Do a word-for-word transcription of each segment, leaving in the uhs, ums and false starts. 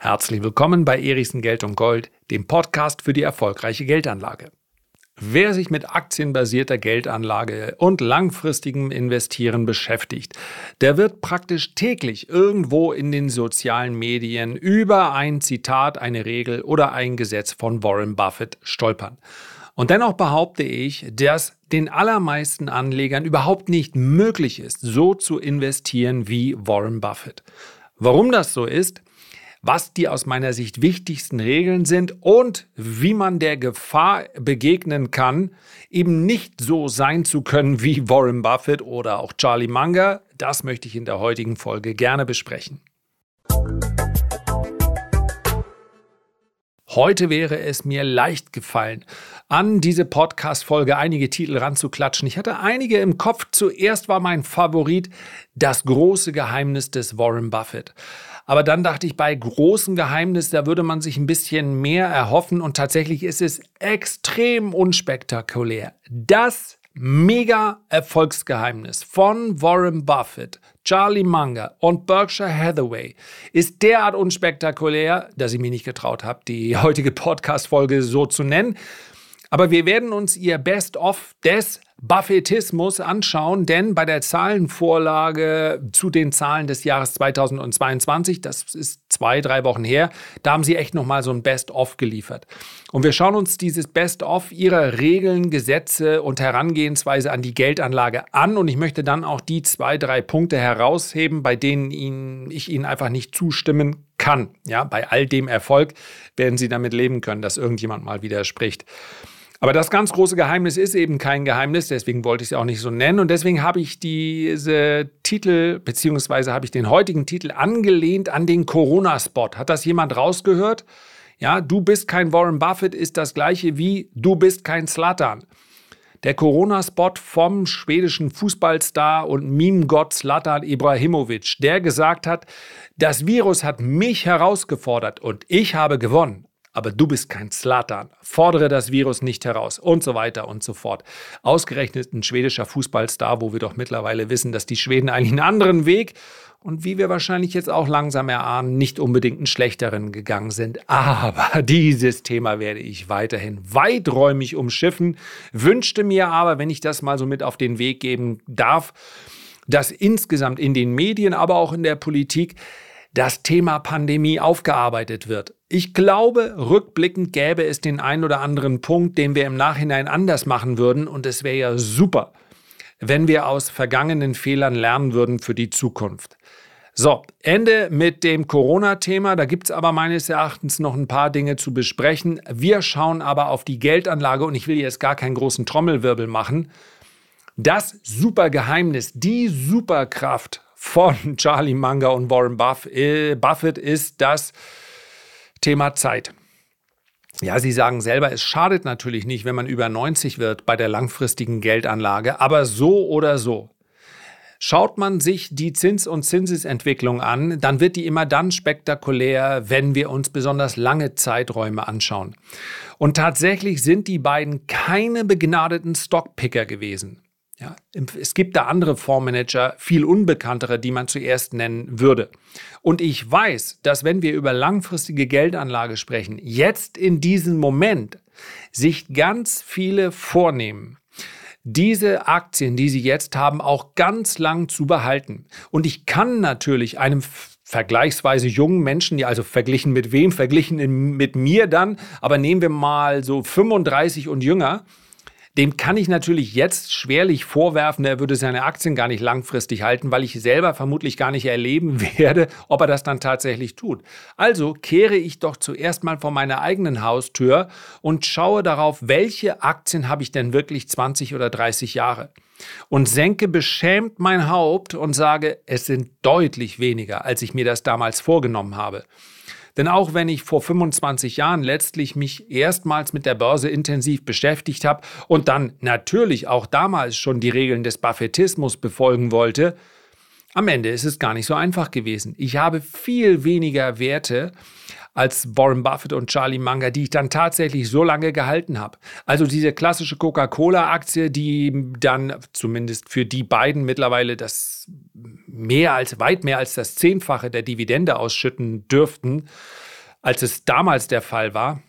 Herzlich willkommen bei Erichsen Geld und Gold, dem Podcast für die erfolgreiche Geldanlage. Wer sich mit aktienbasierter Geldanlage und langfristigem Investieren beschäftigt, der wird praktisch täglich irgendwo in den sozialen Medien über ein Zitat, eine Regel oder ein Gesetz von Warren Buffett stolpern. Und dennoch behaupte ich, dass den allermeisten Anlegern überhaupt nicht möglich ist, so zu investieren wie Warren Buffett. Warum das so ist, was die aus meiner Sicht wichtigsten Regeln sind und wie man der Gefahr begegnen kann, eben nicht so sein zu können wie Warren Buffett oder auch Charlie Munger, das möchte ich in der heutigen Folge gerne besprechen. Heute wäre es mir leicht gefallen, an diese Podcast-Folge einige Titel ranzuklatschen. Ich hatte einige im Kopf. Zuerst war mein Favorit Das große Geheimnis des Warren Buffett. Aber dann dachte ich, bei großem Geheimnis, da würde man sich ein bisschen mehr erhoffen. Und tatsächlich ist es extrem unspektakulär. Das Mega-Erfolgsgeheimnis von Warren Buffett, Charlie Munger und Berkshire Hathaway ist derart unspektakulär, dass ich mich nicht getraut habe, die heutige Podcast-Folge so zu nennen. Aber wir werden uns ihr Best-of des Buffettismus anschauen, denn bei der Zahlenvorlage zu den Zahlen des Jahres zweitausendzweiundzwanzig, das ist zwei, drei Wochen her, da haben sie echt nochmal so ein Best-of geliefert. Und wir schauen uns dieses Best-of ihrer Regeln, Gesetze und Herangehensweise an die Geldanlage an. Und ich möchte dann auch die zwei, drei Punkte herausheben, bei denen Ihnen, ich Ihnen einfach nicht zustimmen kann. Ja, bei all dem Erfolg werden Sie damit leben können, dass irgendjemand mal widerspricht. Aber das ganz große Geheimnis ist eben kein Geheimnis, deswegen wollte ich es auch nicht so nennen. Und deswegen habe ich diese Titel, beziehungsweise habe ich den heutigen Titel angelehnt an den Corona-Spot. Hat das jemand rausgehört? Ja, du bist kein Warren Buffett ist das gleiche wie du bist kein Zlatan. Der Corona-Spot vom schwedischen Fußballstar und Meme-Gott Zlatan Ibrahimovic, der gesagt hat, das Virus hat mich herausgefordert und ich habe gewonnen. Aber du bist kein Zlatan, fordere das Virus nicht heraus und so weiter und so fort. Ausgerechnet ein schwedischer Fußballstar, wo wir doch mittlerweile wissen, dass die Schweden eigentlich einen anderen Weg und wie wir wahrscheinlich jetzt auch langsam erahnen, nicht unbedingt einen schlechteren gegangen sind. Aber dieses Thema werde ich weiterhin weiträumig umschiffen, wünschte mir aber, wenn ich das mal so mit auf den Weg geben darf, dass insgesamt in den Medien, aber auch in der Politik das Thema Pandemie aufgearbeitet wird. Ich glaube, rückblickend gäbe es den einen oder anderen Punkt, den wir im Nachhinein anders machen würden. Und es wäre ja super, wenn wir aus vergangenen Fehlern lernen würden für die Zukunft. So, Ende mit dem Corona-Thema. Da gibt es aber meines Erachtens noch ein paar Dinge zu besprechen. Wir schauen aber auf die Geldanlage und ich will jetzt gar keinen großen Trommelwirbel machen. Das Supergeheimnis, die Superkraft von Charlie Munger und Warren Buffett ist das Thema Zeit. Ja, sie sagen selber, es schadet natürlich nicht, wenn man über neunzig wird bei der langfristigen Geldanlage, aber so oder so. Schaut man sich die Zins- und Zinsesentwicklung an, dann wird die immer dann spektakulär, wenn wir uns besonders lange Zeiträume anschauen. Und tatsächlich sind die beiden keine begnadeten Stockpicker gewesen. Ja, es gibt da andere Fondsmanager, viel unbekanntere, die man zuerst nennen würde. Und ich weiß, dass wenn wir über langfristige Geldanlage sprechen, jetzt in diesem Moment sich ganz viele vornehmen, diese Aktien, die sie jetzt haben, auch ganz lang zu behalten. Und ich kann natürlich einem vergleichsweise jungen Menschen, ja, also verglichen mit wem? Verglichen mit mir dann, aber nehmen wir mal so fünfunddreißig und jünger, dem kann ich natürlich jetzt schwerlich vorwerfen, er würde seine Aktien gar nicht langfristig halten, weil ich selber vermutlich gar nicht erleben werde, ob er das dann tatsächlich tut. Also kehre ich doch zuerst mal vor meiner eigenen Haustür und schaue darauf, welche Aktien habe ich denn wirklich zwanzig oder dreißig Jahre. Und senke beschämt mein Haupt und sage, es sind deutlich weniger, als ich mir das damals vorgenommen habe. Denn auch wenn ich vor fünfundzwanzig Jahren letztlich mich erstmals mit der Börse intensiv beschäftigt habe und dann natürlich auch damals schon die Regeln des Buffettismus befolgen wollte, am Ende ist es gar nicht so einfach gewesen. Ich habe viel weniger Werte als Warren Buffett und Charlie Munger, die ich dann tatsächlich so lange gehalten habe. Also diese klassische Coca-Cola-Aktie, die dann zumindest für die beiden mittlerweile das mehr als, weit mehr als das Zehnfache der Dividende ausschütten dürften, als es damals der Fall war,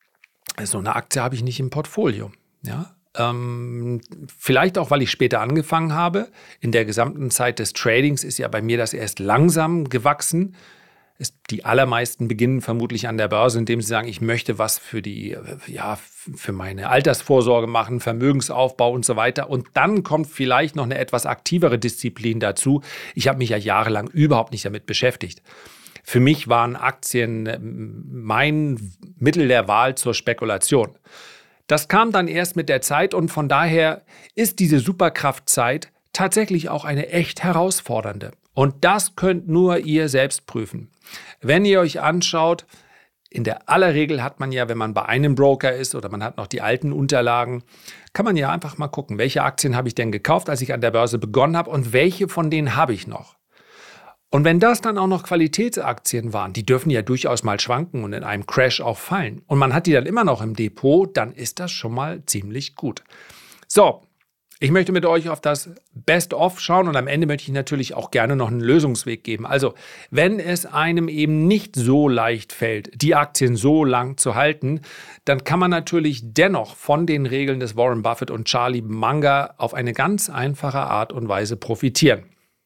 so eine Aktie habe ich nicht im Portfolio. Ja? Ähm, vielleicht auch, weil ich später angefangen habe. In der gesamten Zeit des Tradings ist ja bei mir das erst langsam gewachsen. Es, die allermeisten beginnen vermutlich an der Börse, indem sie sagen, ich möchte was für die, ja, für meine Altersvorsorge machen, Vermögensaufbau und so weiter. Und dann kommt vielleicht noch eine etwas aktivere Disziplin dazu. Ich habe mich ja jahrelang überhaupt nicht damit beschäftigt. Für mich waren Aktien mein Mittel der Wahl zur Spekulation. Das kam dann erst mit der Zeit und von daher ist diese Superkraftzeit tatsächlich auch eine echt herausfordernde. Und das könnt nur ihr selbst prüfen. Wenn ihr euch anschaut, in der aller Regel hat man ja, wenn man bei einem Broker ist oder man hat noch die alten Unterlagen, kann man ja einfach mal gucken, welche Aktien habe ich denn gekauft, als ich an der Börse begonnen habe und welche von denen habe ich noch. Und wenn das dann auch noch Qualitätsaktien waren, die dürfen ja durchaus mal schwanken und in einem Crash auch fallen, und man hat die dann immer noch im Depot, dann ist das schon mal ziemlich gut. So, ich möchte mit euch auf das Best-of schauen und am Ende möchte ich natürlich auch gerne noch einen Lösungsweg geben. Also, wenn es einem eben nicht so leicht fällt, die Aktien so lang zu halten, dann kann man natürlich dennoch von den Regeln des Warren Buffett und Charlie Munger auf eine ganz einfache Art und Weise profitieren.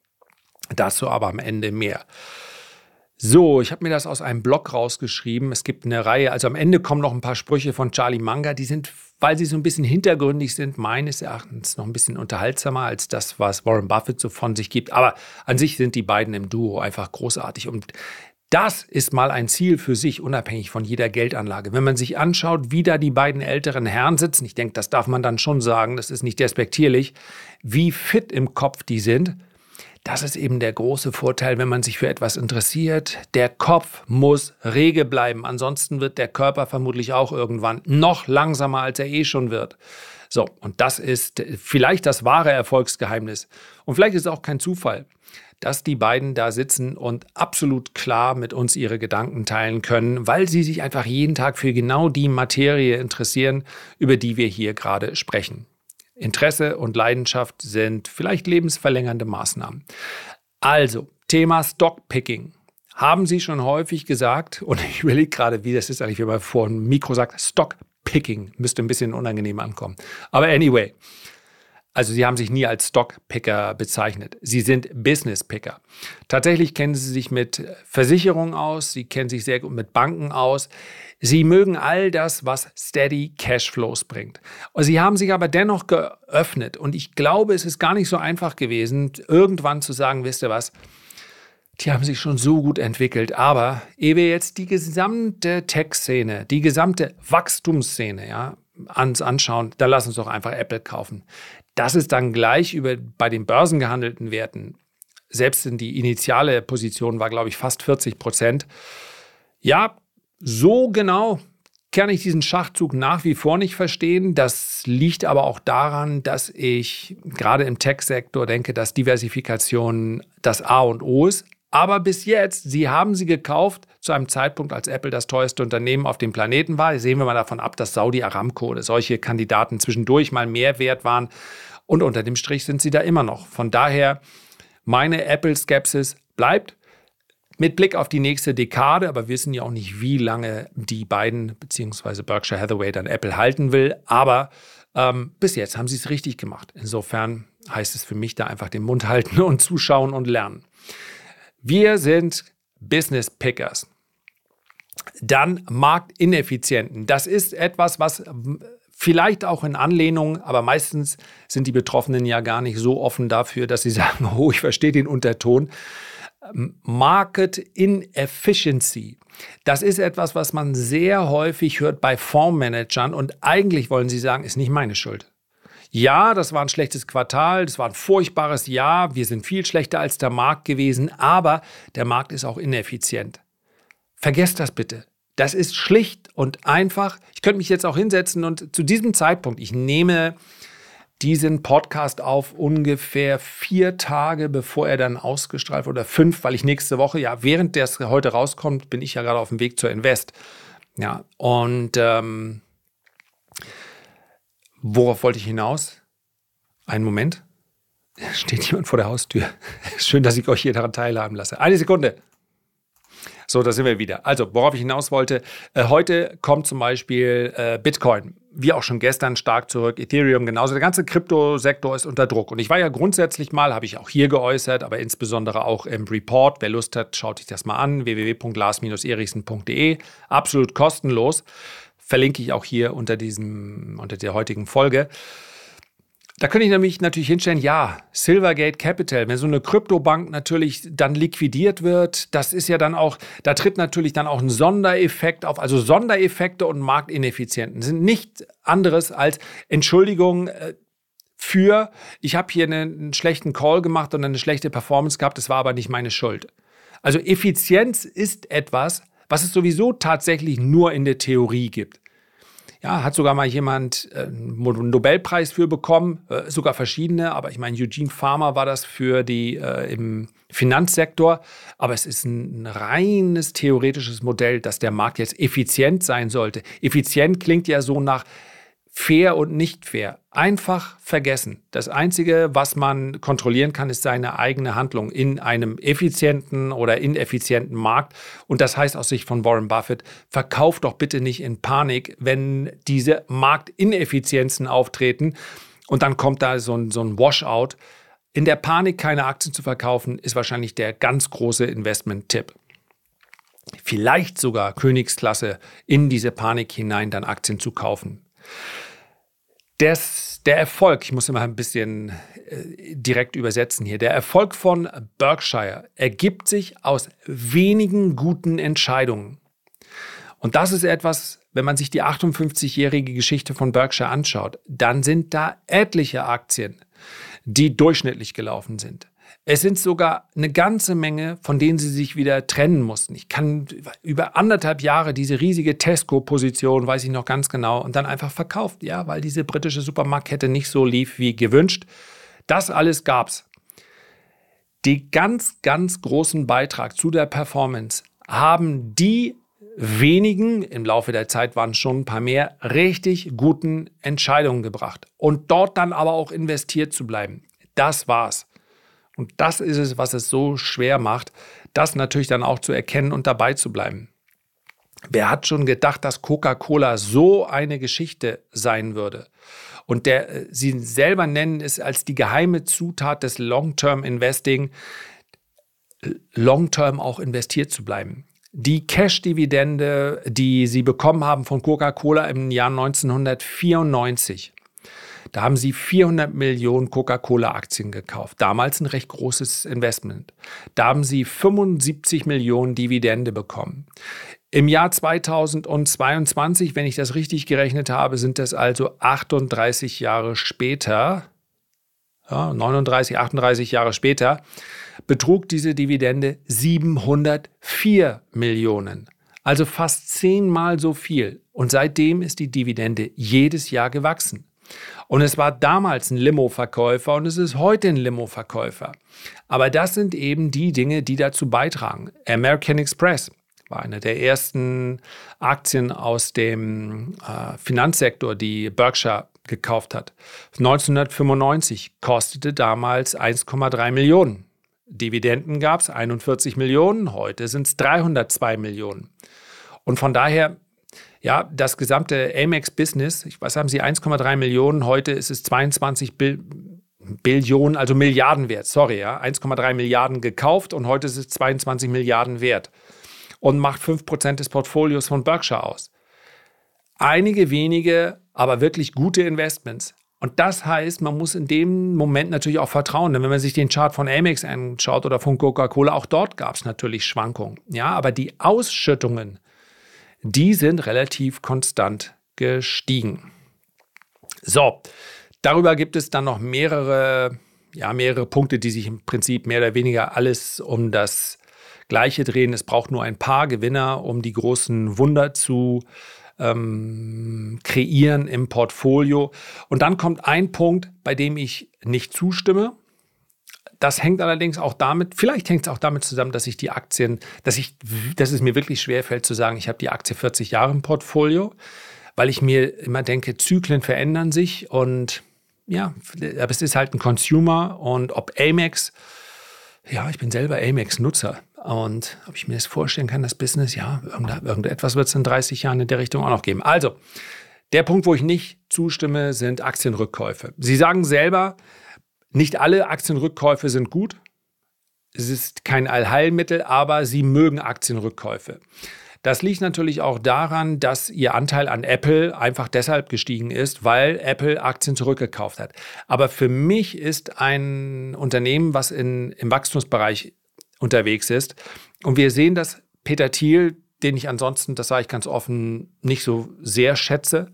Dazu aber am Ende mehr. So, ich habe mir das aus einem Blog rausgeschrieben. Es gibt eine Reihe, also am Ende kommen noch ein paar Sprüche von Charlie Munger, die sind, weil sie so ein bisschen hintergründig sind, meines Erachtens noch ein bisschen unterhaltsamer als das, was Warren Buffett so von sich gibt. Aber an sich sind die beiden im Duo einfach großartig. Und das ist mal ein Ziel für sich, unabhängig von jeder Geldanlage. Wenn man sich anschaut, wie da die beiden älteren Herren sitzen, ich denke, das darf man dann schon sagen, das ist nicht despektierlich, wie fit im Kopf die sind. Das ist eben der große Vorteil, wenn man sich für etwas interessiert. Der Kopf muss rege bleiben, ansonsten wird der Körper vermutlich auch irgendwann noch langsamer, als er eh schon wird. So, und das ist vielleicht das wahre Erfolgsgeheimnis. Und vielleicht ist es auch kein Zufall, dass die beiden da sitzen und absolut klar mit uns ihre Gedanken teilen können, weil sie sich einfach jeden Tag für genau die Materie interessieren, über die wir hier gerade sprechen. Interesse und Leidenschaft sind vielleicht lebensverlängernde Maßnahmen. Also, Thema Stockpicking. Haben Sie schon häufig gesagt, und ich überlege gerade, wie das ist eigentlich, wenn man vor dem Mikro sagt, Stockpicking, müsste ein bisschen unangenehm ankommen. Aber anyway, also Sie haben sich nie als Stockpicker bezeichnet. Sie sind Businesspicker. Tatsächlich kennen Sie sich mit Versicherungen aus, Sie kennen sich sehr gut mit Banken aus. Sie mögen all das, was Steady Cashflows bringt. Sie haben sich aber dennoch geöffnet. Und ich glaube, es ist gar nicht so einfach gewesen, irgendwann zu sagen, wisst ihr was, die haben sich schon so gut entwickelt. Aber ehe wir jetzt die gesamte Tech-Szene, die gesamte Wachstumsszene ja, ans anschauen, dann lass uns doch einfach Apple kaufen. Das ist dann gleich über bei den börsengehandelten Werten, selbst in die initiale Position war, glaube ich, fast vierzig Prozent. Ja, so genau kann ich diesen Schachzug nach wie vor nicht verstehen. Das liegt aber auch daran, dass ich gerade im Tech-Sektor denke, dass Diversifikation das A und O ist. Aber bis jetzt, Sie haben sie gekauft zu einem Zeitpunkt, als Apple das teuerste Unternehmen auf dem Planeten war. Sehen wir mal davon ab, dass Saudi Aramco oder solche Kandidaten zwischendurch mal mehr wert waren. Und unter dem Strich sind sie da immer noch. Von daher, meine Apple-Skepsis bleibt. Mit Blick auf die nächste Dekade, aber wir wissen ja auch nicht, wie lange die beiden bzw. Berkshire Hathaway dann Apple halten will. Aber ähm, bis jetzt haben sie es richtig gemacht. Insofern heißt es für mich da einfach den Mund halten und zuschauen und lernen. Wir sind Business Pickers. Dann Marktineffizienten. Das ist etwas, was vielleicht auch in Anlehnung, aber meistens sind die Betroffenen ja gar nicht so offen dafür, dass sie sagen, oh, ich verstehe den Unterton. Market Inefficiency. Das ist etwas, was man sehr häufig hört bei Fondsmanagern und eigentlich wollen sie sagen, ist nicht meine Schuld. Ja, das war ein schlechtes Quartal, das war ein furchtbares Jahr, wir sind viel schlechter als der Markt gewesen, aber der Markt ist auch ineffizient. Vergesst das bitte. Das ist schlicht und einfach. Ich könnte mich jetzt auch hinsetzen und zu diesem Zeitpunkt, ich nehme diesen Podcast auf ungefähr vier Tage, bevor er dann ausgestrahlt wird, oder fünf, weil ich nächste Woche, ja, während der heute rauskommt, bin ich ja gerade auf dem Weg zur Invest. Ja, und ähm, worauf wollte ich hinaus? Einen Moment. Steht jemand vor der Haustür. Schön, dass ich euch hier daran teilhaben lasse. Eine Sekunde. So, da sind wir wieder. Also, worauf ich hinaus wollte, äh, heute kommt zum Beispiel äh, Bitcoin, wie auch schon gestern, stark zurück, Ethereum genauso. Der ganze Kryptosektor ist unter Druck. Und ich war ja grundsätzlich mal, habe ich auch hier geäußert, aber insbesondere auch im Report. Wer Lust hat, schaut sich das mal an, w w w punkt lars Bindestrich erichsen punkt d e. Absolut kostenlos. Verlinke ich auch hier unter, diesem, unter der heutigen Folge. Da könnte ich nämlich natürlich hinstellen, ja, Silvergate Capital, wenn so eine Kryptobank natürlich dann liquidiert wird, das ist ja dann auch, da tritt natürlich dann auch ein Sondereffekt auf. Also Sondereffekte und Marktineffizienten sind nichts anderes als Entschuldigung für, ich habe hier einen, einen schlechten Call gemacht und eine schlechte Performance gehabt, das war aber nicht meine Schuld. Also Effizienz ist etwas, was es sowieso tatsächlich nur in der Theorie gibt. Ja, hat sogar mal jemand äh, einen Nobelpreis für bekommen, äh, sogar verschiedene, aber ich meine, Eugene Farmer war das für die äh, im Finanzsektor, aber es ist ein reines theoretisches Modell, dass der Markt jetzt effizient sein sollte. Effizient klingt ja so nach fair und nicht fair. Einfach vergessen. Das Einzige, was man kontrollieren kann, ist seine eigene Handlung in einem effizienten oder ineffizienten Markt. Und das heißt aus Sicht von Warren Buffett, verkauft doch bitte nicht in Panik, wenn diese Marktineffizienzen auftreten. Und dann kommt da so ein, so ein Washout. In der Panik keine Aktien zu verkaufen, ist wahrscheinlich der ganz große Investment-Tipp. Vielleicht sogar Königsklasse in diese Panik hinein dann Aktien zu kaufen. Das, der Erfolg, ich muss immer ein bisschen äh, direkt übersetzen hier, der Erfolg von Berkshire ergibt sich aus wenigen guten Entscheidungen. Und das ist etwas, wenn man sich die achtundfünfzigjährige Geschichte von Berkshire anschaut, dann sind da etliche Aktien, die durchschnittlich gelaufen sind. Es sind sogar eine ganze Menge, von denen sie sich wieder trennen mussten. Ich kann über anderthalb Jahre diese riesige Tesco-Position, weiß ich noch ganz genau, und dann einfach verkauft, ja, weil diese britische Supermarktkette nicht so lief wie gewünscht. Das alles gab's. Die ganz, ganz großen Beitrag zu der Performance haben die wenigen, im Laufe der Zeit waren es schon ein paar mehr, richtig guten Entscheidungen gebracht. Und dort dann aber auch investiert zu bleiben. Das war's. Und das ist es, was es so schwer macht, das natürlich dann auch zu erkennen und dabei zu bleiben. Wer hat schon gedacht, dass Coca-Cola so eine Geschichte sein würde? Und der, sie selber nennen es als die geheime Zutat des Long-Term-Investing, long-term auch investiert zu bleiben. Die Cash-Dividende, die sie bekommen haben von Coca-Cola im Jahr neunzehnhundertvierundneunzig, da haben sie vierhundert Millionen Coca-Cola-Aktien gekauft. Damals ein recht großes Investment. Da haben sie fünfundsiebzig Millionen Dividende bekommen. Im Jahr zweitausendzweiundzwanzig, wenn ich das richtig gerechnet habe, sind das also achtunddreißig Jahre später, ja, neununddreißig, achtunddreißig Jahre später, betrug diese Dividende siebenhundertvier Millionen. Also fast zehnmal so viel. Und seitdem ist die Dividende jedes Jahr gewachsen. Und es war damals ein Limo-Verkäufer und es ist heute ein Limo-Verkäufer. Aber das sind eben die Dinge, die dazu beitragen. American Express war eine der ersten Aktien aus dem äh, Finanzsektor, die Berkshire gekauft hat. neunzehnhundertfünfundneunzig kostete damals eins Komma drei Millionen. Dividenden gab es einundvierzig Millionen, heute sind es dreihundertzwei Millionen. Und von daher, ja, das gesamte Amex-Business, was haben Sie, eins Komma drei Millionen, heute ist es zweiundzwanzig Bill- Billionen, also Milliarden wert, sorry, ja, eins Komma drei Milliarden gekauft und heute ist es zweiundzwanzig Milliarden wert und macht fünf Prozent des Portfolios von Berkshire aus. Einige wenige, aber wirklich gute Investments. Und das heißt, man muss in dem Moment natürlich auch vertrauen. Denn wenn man sich den Chart von Amex anschaut oder von Coca-Cola, auch dort gab es natürlich Schwankungen. Ja, aber die Ausschüttungen, die sind relativ konstant gestiegen. So, darüber gibt es dann noch mehrere, ja, mehrere Punkte, die sich im Prinzip mehr oder weniger alles um das Gleiche drehen. Es braucht nur ein paar Gewinner, um die großen Wunder zu ähm, kreieren im Portfolio. Und dann kommt ein Punkt, bei dem ich nicht zustimme. Das hängt allerdings auch damit, vielleicht hängt es auch damit zusammen, dass ich die Aktien, dass ich, dass es mir wirklich schwerfällt zu sagen, ich habe die Aktie vierzig Jahre im Portfolio, weil ich mir immer denke, Zyklen verändern sich und ja, aber es ist halt ein Consumer und ob Amex, ja, ich bin selber Amex-Nutzer, Und ob ich mir das vorstellen kann, das Business, ja, irgendetwas wird es in dreißig Jahren in der Richtung auch noch geben. Also, der Punkt, wo ich nicht zustimme, sind Aktienrückkäufe. Sie sagen selber, nicht alle Aktienrückkäufe sind gut. Es ist kein Allheilmittel, aber Sie mögen Aktienrückkäufe. Das liegt natürlich auch daran, dass Ihr Anteil an Apple einfach deshalb gestiegen ist, weil Apple Aktien zurückgekauft hat. Aber für mich ist ein Unternehmen, was in, im Wachstumsbereich unterwegs ist, und wir sehen, dass Peter Thiel, den ich ansonsten, das sage ich ganz offen, nicht so sehr schätze,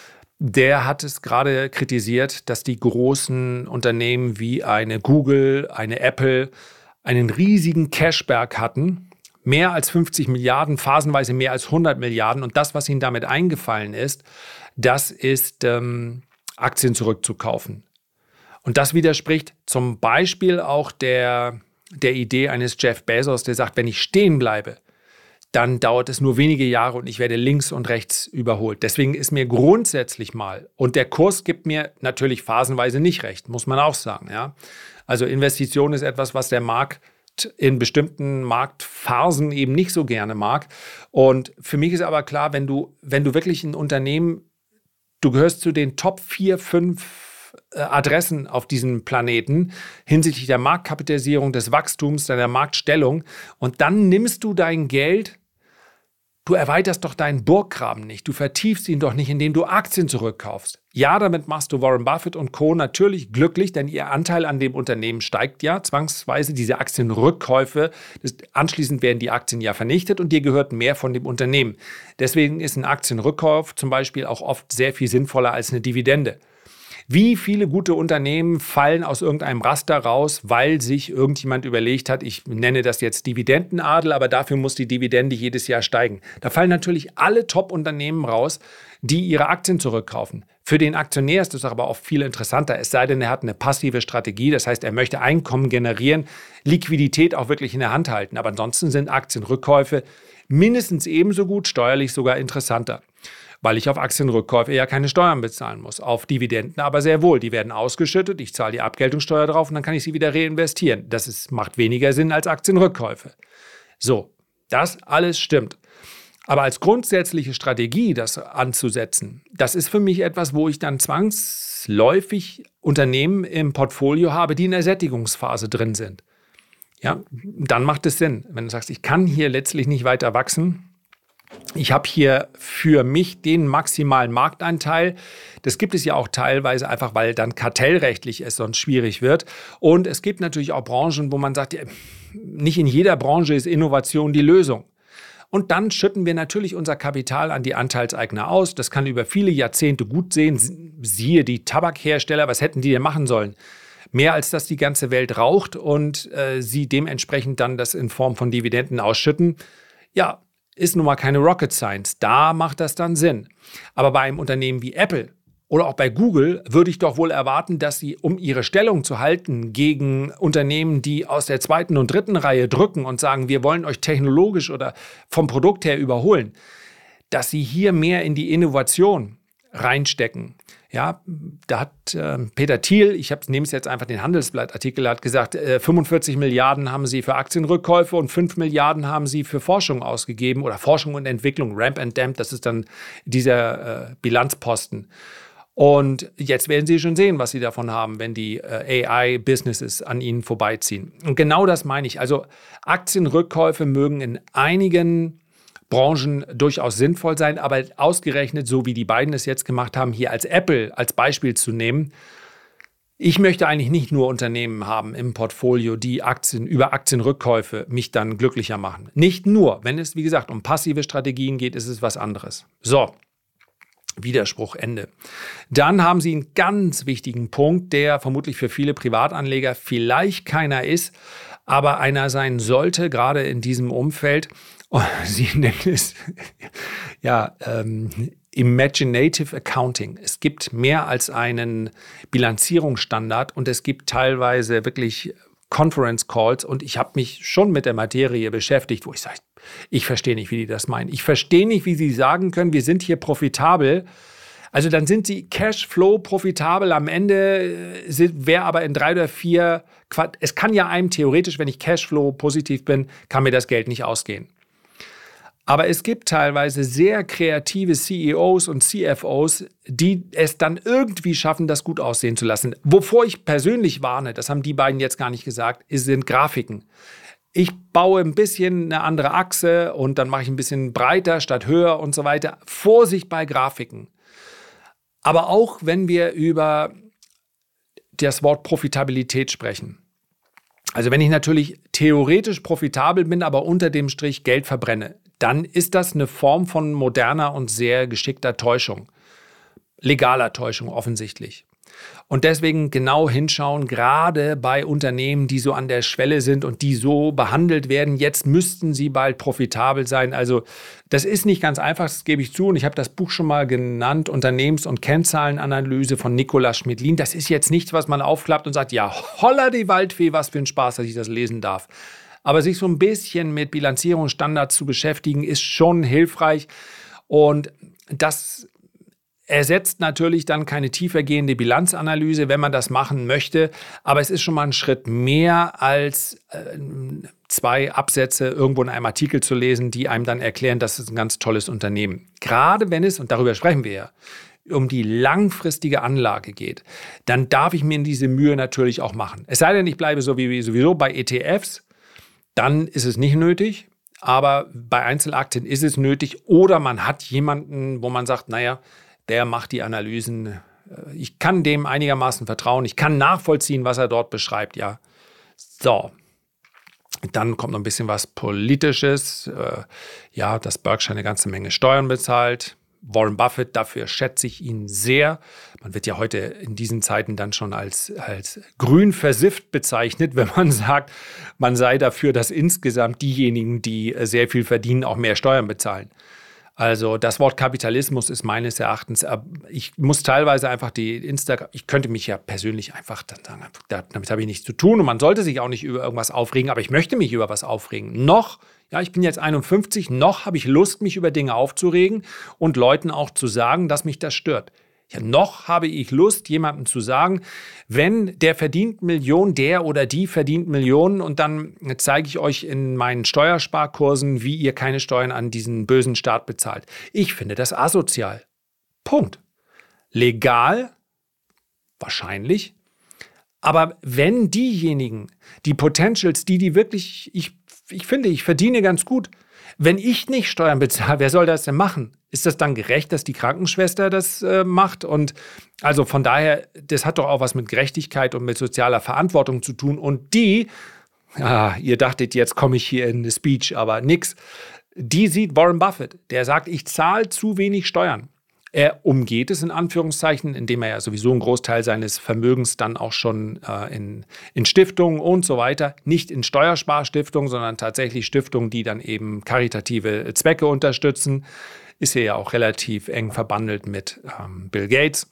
der hat es gerade kritisiert, dass die großen Unternehmen wie eine Google, eine Apple einen riesigen Cashberg hatten, mehr als fünfzig Milliarden, phasenweise mehr als hundert Milliarden. Und das, was ihnen damit eingefallen ist, das ist ähm, Aktien zurückzukaufen. Und das widerspricht zum Beispiel auch der, der Idee eines Jeff Bezos, der sagt, wenn ich stehen bleibe, dann dauert es nur wenige Jahre und ich werde links und rechts überholt. Deswegen ist mir grundsätzlich mal, und der Kurs gibt mir natürlich phasenweise nicht recht, muss man auch sagen. Ja? Also Investition ist etwas, was der Markt in bestimmten Marktphasen eben nicht so gerne mag. Und für mich ist aber klar, wenn du, wenn du wirklich ein Unternehmen, du gehörst zu den Top vier, fünf äh, Adressen auf diesem Planeten hinsichtlich der Marktkapitalisierung, des Wachstums, deiner Marktstellung, und dann nimmst du dein Geld. Du erweiterst doch deinen Burggraben nicht. Du vertiefst ihn doch nicht, indem du Aktien zurückkaufst. Ja, damit machst du Warren Buffett und Co. natürlich glücklich, denn ihr Anteil an dem Unternehmen steigt ja zwangsweise. Diese Aktienrückkäufe, das, anschließend werden die Aktien ja vernichtet und dir gehört mehr von dem Unternehmen. Deswegen ist ein Aktienrückkauf zum Beispiel auch oft sehr viel sinnvoller als eine Dividende. Wie viele gute Unternehmen fallen aus irgendeinem Raster raus, weil sich irgendjemand überlegt hat, ich nenne das jetzt Dividendenadel, aber dafür muss die Dividende jedes Jahr steigen. Da fallen natürlich alle Top-Unternehmen raus, die ihre Aktien zurückkaufen. Für den Aktionär ist das aber oft viel interessanter, es sei denn, er hat eine passive Strategie, das heißt, er möchte Einkommen generieren, Liquidität auch wirklich in der Hand halten. Aber ansonsten sind Aktienrückkäufe mindestens ebenso gut, steuerlich sogar interessanter. Weil ich auf Aktienrückkäufe ja keine Steuern bezahlen muss. Auf Dividenden aber sehr wohl. Die werden ausgeschüttet, ich zahle die Abgeltungssteuer drauf und dann kann ich sie wieder reinvestieren. Das ist, macht weniger Sinn als Aktienrückkäufe. So, das alles stimmt. Aber als grundsätzliche Strategie, das anzusetzen, das ist für mich etwas, wo ich dann zwangsläufig Unternehmen im Portfolio habe, die in der Sättigungsphase drin sind. Ja, dann macht es Sinn. Wenn du sagst, ich kann hier letztlich nicht weiter wachsen, ich habe hier für mich den maximalen Marktanteil. Das gibt es ja auch teilweise einfach, weil dann kartellrechtlich es sonst schwierig wird. Und es gibt natürlich auch Branchen, wo man sagt, nicht in jeder Branche ist Innovation die Lösung. Und dann schütten wir natürlich unser Kapital an die Anteilseigner aus. Das kann über viele Jahrzehnte gut sehen. Siehe die Tabakhersteller, was hätten die denn machen sollen? Mehr als dass die ganze Welt raucht und äh, sie dementsprechend dann das in Form von Dividenden ausschütten. Ja, ist nun mal keine Rocket Science. Da macht das dann Sinn. Aber bei einem Unternehmen wie Apple oder auch bei Google würde ich doch wohl erwarten, dass sie, um ihre Stellung zu halten gegen Unternehmen, die aus der zweiten und dritten Reihe drücken und sagen, wir wollen euch technologisch oder vom Produkt her überholen, dass sie hier mehr in die Innovation reinstecken. Ja, da hat äh, Peter Thiel, ich nehme es jetzt einfach den Handelsblatt-Artikel, hat gesagt, äh, fünfundvierzig Milliarden haben sie für Aktienrückkäufe und fünf Milliarden haben sie für Forschung ausgegeben oder Forschung und Entwicklung, Ramp and Damp, das ist dann dieser äh, Bilanzposten. Und jetzt werden Sie schon sehen, was Sie davon haben, wenn die äh, A I-Businesses an Ihnen vorbeiziehen. Und genau das meine ich. Also Aktienrückkäufe mögen in einigen Branchen durchaus sinnvoll sein, aber ausgerechnet, so wie die beiden es jetzt gemacht haben, hier als Apple als Beispiel zu nehmen. Ich möchte eigentlich nicht nur Unternehmen haben im Portfolio, die Aktien über Aktienrückkäufe mich dann glücklicher machen. Nicht nur, wenn es, wie gesagt, um passive Strategien geht, ist es was anderes. So, Widerspruch, Ende. Dann haben Sie einen ganz wichtigen Punkt, der vermutlich für viele Privatanleger vielleicht keiner ist, aber einer sein sollte, gerade in diesem Umfeld. Sie nennen es ja, ähm, Imaginative Accounting. Es gibt mehr als einen Bilanzierungsstandard und es gibt teilweise wirklich Conference Calls und ich habe mich schon mit der Materie beschäftigt, wo ich sage, ich verstehe nicht, wie die das meinen. Ich verstehe nicht, wie sie sagen können, wir sind hier profitabel, Also dann sind sie Cashflow profitabel. Am Ende wäre aber in drei oder vier Quart- es kann ja einem theoretisch, wenn ich Cashflow positiv bin, kann mir das Geld nicht ausgehen. Aber es gibt teilweise sehr kreative C E Os und C F Os, die es dann irgendwie schaffen, das gut aussehen zu lassen. Wovor ich persönlich warne, das haben die beiden jetzt gar nicht gesagt, sind Grafiken. Ich baue ein bisschen eine andere Achse und dann mache ich ein bisschen breiter statt höher und so weiter. Vorsicht bei Grafiken. Aber auch wenn wir über das Wort Profitabilität sprechen. Also wenn ich natürlich theoretisch profitabel bin, aber unter dem Strich Geld verbrenne, dann ist das eine Form von moderner und sehr geschickter Täuschung. Legaler Täuschung offensichtlich. Und deswegen genau hinschauen, gerade bei Unternehmen, die so an der Schwelle sind und die so behandelt werden. Jetzt müssten sie bald profitabel sein. Also das ist nicht ganz einfach, das gebe ich zu. Und ich habe das Buch schon mal genannt, Unternehmens- und Kennzahlenanalyse von Nikolaus Schmidlin. Das ist jetzt nichts, was man aufklappt und sagt, ja, holla die Waldfee, was für ein Spaß, dass ich das lesen darf. Aber sich so ein bisschen mit Bilanzierungsstandards zu beschäftigen, ist schon hilfreich. Und das ersetzt natürlich dann keine tiefergehende Bilanzanalyse, wenn man das machen möchte. Aber es ist schon mal ein Schritt mehr als äh, zwei Absätze irgendwo in einem Artikel zu lesen, die einem dann erklären, das ist ein ganz tolles Unternehmen. Gerade wenn es, und darüber sprechen wir ja, um die langfristige Anlage geht, dann darf ich mir diese Mühe natürlich auch machen. Es sei denn, ich bleibe so wie sowieso bei E T Fs, dann ist es nicht nötig. Aber bei Einzelaktien ist es nötig. Oder man hat jemanden, wo man sagt, naja, der macht die Analysen. Ich kann dem einigermaßen vertrauen. Ich kann nachvollziehen, was er dort beschreibt. Ja, so. Dann kommt noch ein bisschen was Politisches. Ja, dass Berkshire eine ganze Menge Steuern bezahlt. Warren Buffett, dafür schätze ich ihn sehr. Man wird ja heute in diesen Zeiten dann schon als, als grün versifft bezeichnet, wenn man sagt, man sei dafür, dass insgesamt diejenigen, die sehr viel verdienen, auch mehr Steuern bezahlen. Also das Wort Kapitalismus ist meines Erachtens, ich muss teilweise einfach die Instagram, ich könnte mich ja persönlich einfach dann sagen, damit habe ich nichts zu tun und man sollte sich auch nicht über irgendwas aufregen, aber ich möchte mich über was aufregen. Noch, ja, ich bin jetzt einundfünfzig, noch habe ich Lust, mich über Dinge aufzuregen und Leuten auch zu sagen, dass mich das stört. Ja, noch habe ich Lust, jemandem zu sagen, wenn der verdient Millionen, der oder die verdient Millionen und dann zeige ich euch in meinen Steuersparkursen, wie ihr keine Steuern an diesen bösen Staat bezahlt. Ich finde das asozial. Punkt. Legal? Wahrscheinlich. Aber wenn diejenigen, die Potentials, die, die wirklich, ich, ich finde, ich verdiene ganz gut, wenn ich nicht Steuern bezahle, wer soll das denn machen? Ist das dann gerecht, dass die Krankenschwester das äh, macht? Und also von daher, das hat doch auch was mit Gerechtigkeit und mit sozialer Verantwortung zu tun. Und die, ah, ihr dachtet, jetzt komme ich hier in eine Speech, aber nix. Die sieht Warren Buffett, der sagt, ich zahle zu wenig Steuern. Er umgeht es in Anführungszeichen, indem er ja sowieso einen Großteil seines Vermögens dann auch schon äh, in, in Stiftungen und so weiter, nicht in Steuersparstiftungen, sondern tatsächlich Stiftungen, die dann eben karitative Zwecke unterstützen. Ist er ja auch relativ eng verbandelt mit ähm, Bill Gates.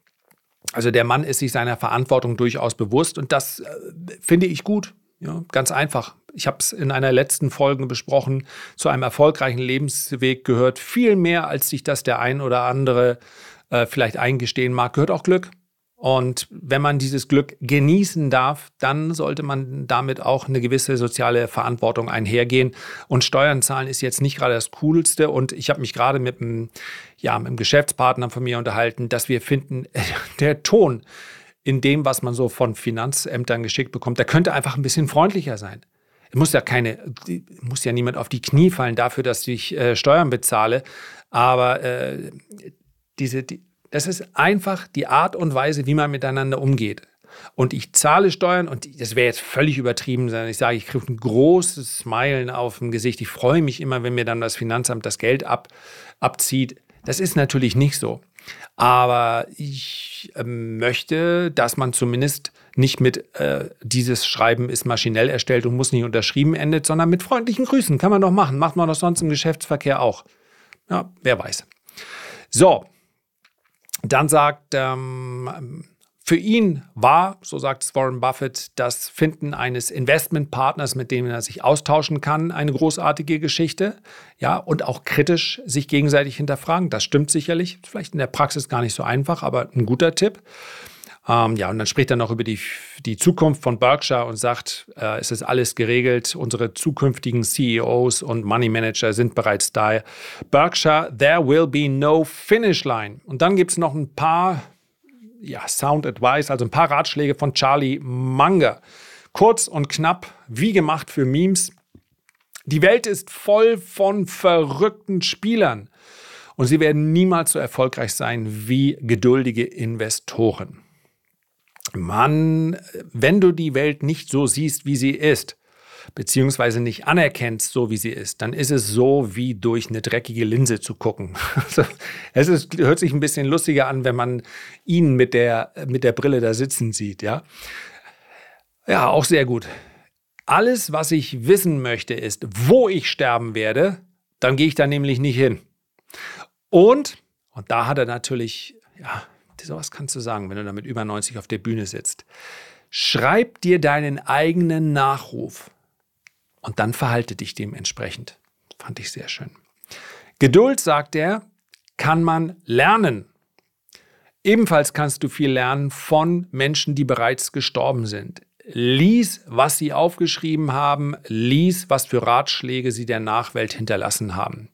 Also der Mann ist sich seiner Verantwortung durchaus bewusst und das äh, finde ich gut. Ja, ganz einfach. Ich habe es in einer letzten Folge besprochen. Zu einem erfolgreichen Lebensweg gehört viel mehr, als sich das der ein oder andere äh, vielleicht eingestehen mag, gehört auch Glück. Und wenn man dieses Glück genießen darf, dann sollte man damit auch eine gewisse soziale Verantwortung einhergehen. Und Steuern zahlen ist jetzt nicht gerade das Coolste. Und ich habe mich gerade mit einem, ja, mit einem Geschäftspartner von mir unterhalten, dass wir finden, der Ton in dem, was man so von Finanzämtern geschickt bekommt, der könnte einfach ein bisschen freundlicher sein. Es muss ja keine, muss ja niemand auf die Knie fallen dafür, dass ich äh, Steuern bezahle. Aber äh, diese, die, das ist einfach die Art und Weise, wie man miteinander umgeht. Und ich zahle Steuern und das wäre jetzt völlig übertrieben, sondern ich sage, ich kriege ein großes Smilen auf dem Gesicht. Ich freue mich immer, wenn mir dann das Finanzamt das Geld ab, abzieht. Das ist natürlich nicht so. Aber ich äh, möchte, dass man zumindest nicht mit äh, dieses Schreiben ist maschinell erstellt und muss nicht unterschrieben endet, sondern mit freundlichen Grüßen. Kann man doch machen. Macht man doch sonst im Geschäftsverkehr auch. Ja, wer weiß. So, dann sagt ähm, Für ihn war, so sagt es Warren Buffett, das Finden eines Investmentpartners, mit dem er sich austauschen kann, eine großartige Geschichte. Ja, und auch kritisch sich gegenseitig hinterfragen. Das stimmt sicherlich. Vielleicht in der Praxis gar nicht so einfach, aber ein guter Tipp. Ähm, ja, und dann spricht er noch über die, die Zukunft von Berkshire und sagt, äh, es ist alles geregelt. Unsere zukünftigen C E Os und Money Manager sind bereits da. Berkshire, there will be no finish line. Und dann gibt es noch ein paar Ja, Sound Advice, also ein paar Ratschläge von Charlie Munger. Kurz und knapp, wie gemacht für Memes. Die Welt ist voll von verrückten Spielern und sie werden niemals so erfolgreich sein wie geduldige Investoren. Mann, wenn du die Welt nicht so siehst, wie sie ist, beziehungsweise nicht anerkennst, so wie sie ist, dann ist es so, wie durch eine dreckige Linse zu gucken. Also, es ist, hört sich ein bisschen lustiger an, wenn man ihn mit der, mit der Brille da sitzen sieht. Ja? Ja, auch sehr gut. Alles, was ich wissen möchte, ist, wo ich sterben werde, dann gehe ich da nämlich nicht hin. Und, und da hat er natürlich, ja, sowas kannst du sagen, wenn du da mit über neunzig auf der Bühne sitzt. Schreib dir deinen eigenen Nachruf. Und dann verhalte dich dementsprechend. Fand ich sehr schön. Geduld, sagt er, kann man lernen. Ebenfalls kannst du viel lernen von Menschen, die bereits gestorben sind. Lies, was sie aufgeschrieben haben. Lies, was für Ratschläge sie der Nachwelt hinterlassen haben.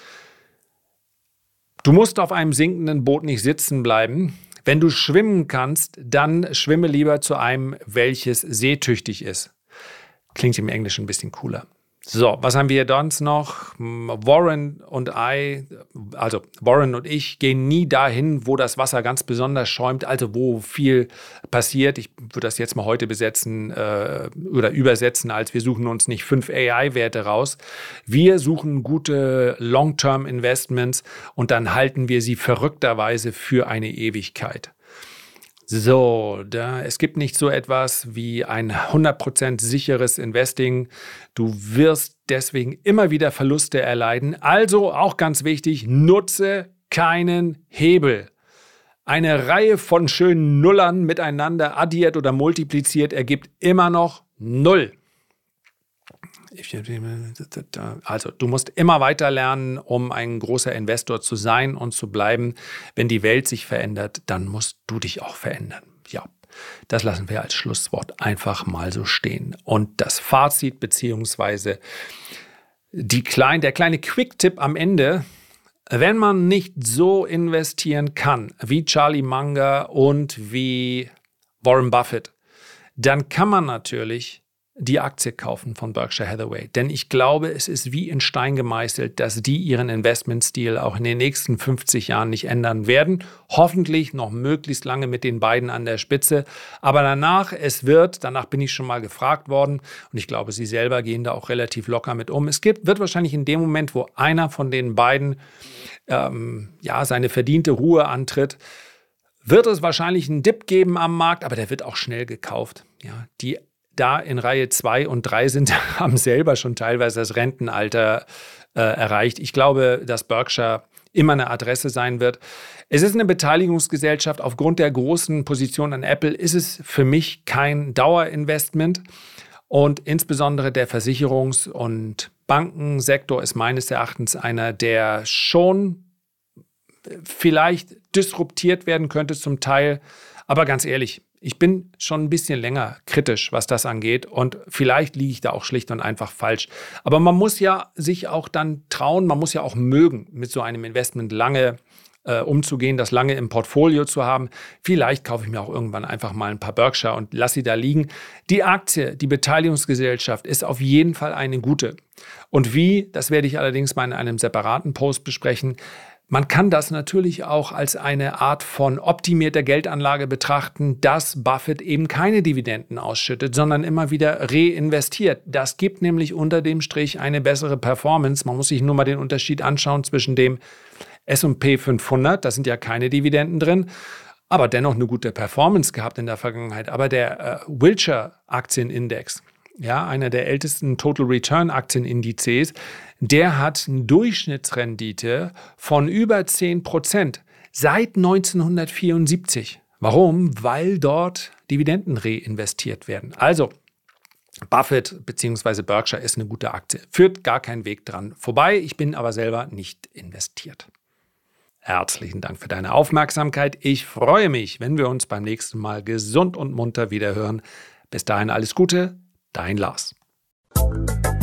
Du musst auf einem sinkenden Boot nicht sitzen bleiben. Wenn du schwimmen kannst, dann schwimme lieber zu einem, welches seetüchtig ist. Klingt im Englischen ein bisschen cooler. So, was haben wir hier sonst noch? Warren und I, also Warren und ich, gehen nie dahin, wo das Wasser ganz besonders schäumt, also wo viel passiert. Ich würde das jetzt mal heute besetzen äh, oder übersetzen, als wir suchen uns nicht fünf A I-Werte raus. Wir suchen gute Long-Term-Investments und dann halten wir sie verrückterweise für eine Ewigkeit. So, da, es gibt nicht so etwas wie ein hundert Prozent sicheres Investing. Du wirst deswegen immer wieder Verluste erleiden. Also auch ganz wichtig, nutze keinen Hebel. Eine Reihe von schönen Nullern miteinander addiert oder multipliziert ergibt immer noch Null. Also du musst immer weiter lernen, um ein großer Investor zu sein und zu bleiben. Wenn die Welt sich verändert, dann musst du dich auch verändern. Ja, das lassen wir als Schlusswort einfach mal so stehen. Und das Fazit beziehungsweise die klein, der kleine Quick-Tipp am Ende: Wenn man nicht so investieren kann wie Charlie Munger und wie Warren Buffett, dann kann man natürlich die Aktie kaufen von Berkshire Hathaway. Denn ich glaube, es ist wie in Stein gemeißelt, dass die ihren Investmentstil auch in den nächsten fünfzig Jahren nicht ändern werden. Hoffentlich noch möglichst lange mit den beiden an der Spitze. Aber danach, es wird, danach bin ich schon mal gefragt worden und ich glaube, sie selber gehen da auch relativ locker mit um. Es gibt, wird wahrscheinlich in dem Moment, wo einer von den beiden ähm, ja, seine verdiente Ruhe antritt, wird es wahrscheinlich einen Dip geben am Markt, aber der wird auch schnell gekauft. Ja, die da in Reihe zwei und drei sind, haben selber schon teilweise das Rentenalter äh, erreicht. Ich glaube, dass Berkshire immer eine Adresse sein wird. Es ist eine Beteiligungsgesellschaft. Aufgrund der großen Position an Apple ist es für mich kein Dauerinvestment. Und insbesondere der Versicherungs- und Bankensektor ist meines Erachtens einer, der schon vielleicht disruptiert werden könnte zum Teil. Aber ganz ehrlich, ich bin schon ein bisschen länger kritisch, was das angeht, und vielleicht liege ich da auch schlicht und einfach falsch. Aber man muss ja sich auch dann trauen, man muss ja auch mögen, mit so einem Investment lange äh, umzugehen, das lange im Portfolio zu haben. Vielleicht kaufe ich mir auch irgendwann einfach mal ein paar Berkshire und lasse sie da liegen. Die Aktie, die Beteiligungsgesellschaft ist auf jeden Fall eine gute. Und wie, das werde ich allerdings mal in einem separaten Post besprechen. Man kann das natürlich auch als eine Art von optimierter Geldanlage betrachten, dass Buffett eben keine Dividenden ausschüttet, sondern immer wieder reinvestiert. Das gibt nämlich unter dem Strich eine bessere Performance. Man muss sich nur mal den Unterschied anschauen zwischen dem S und P fünfhundert, da sind ja keine Dividenden drin, aber dennoch eine gute Performance gehabt in der Vergangenheit. Aber der äh, Wilshire Aktienindex, ja, einer der ältesten Total Return Aktienindizes, der hat eine Durchschnittsrendite von über zehn Prozent seit neunzehnhundertvierundsiebzig. Warum? Weil dort Dividenden reinvestiert werden. Also Buffett bzw. Berkshire ist eine gute Aktie. Führt gar kein Weg dran vorbei. Ich bin aber selber nicht investiert. Herzlichen Dank für deine Aufmerksamkeit. Ich freue mich, wenn wir uns beim nächsten Mal gesund und munter wiederhören. Bis dahin alles Gute, dein Lars.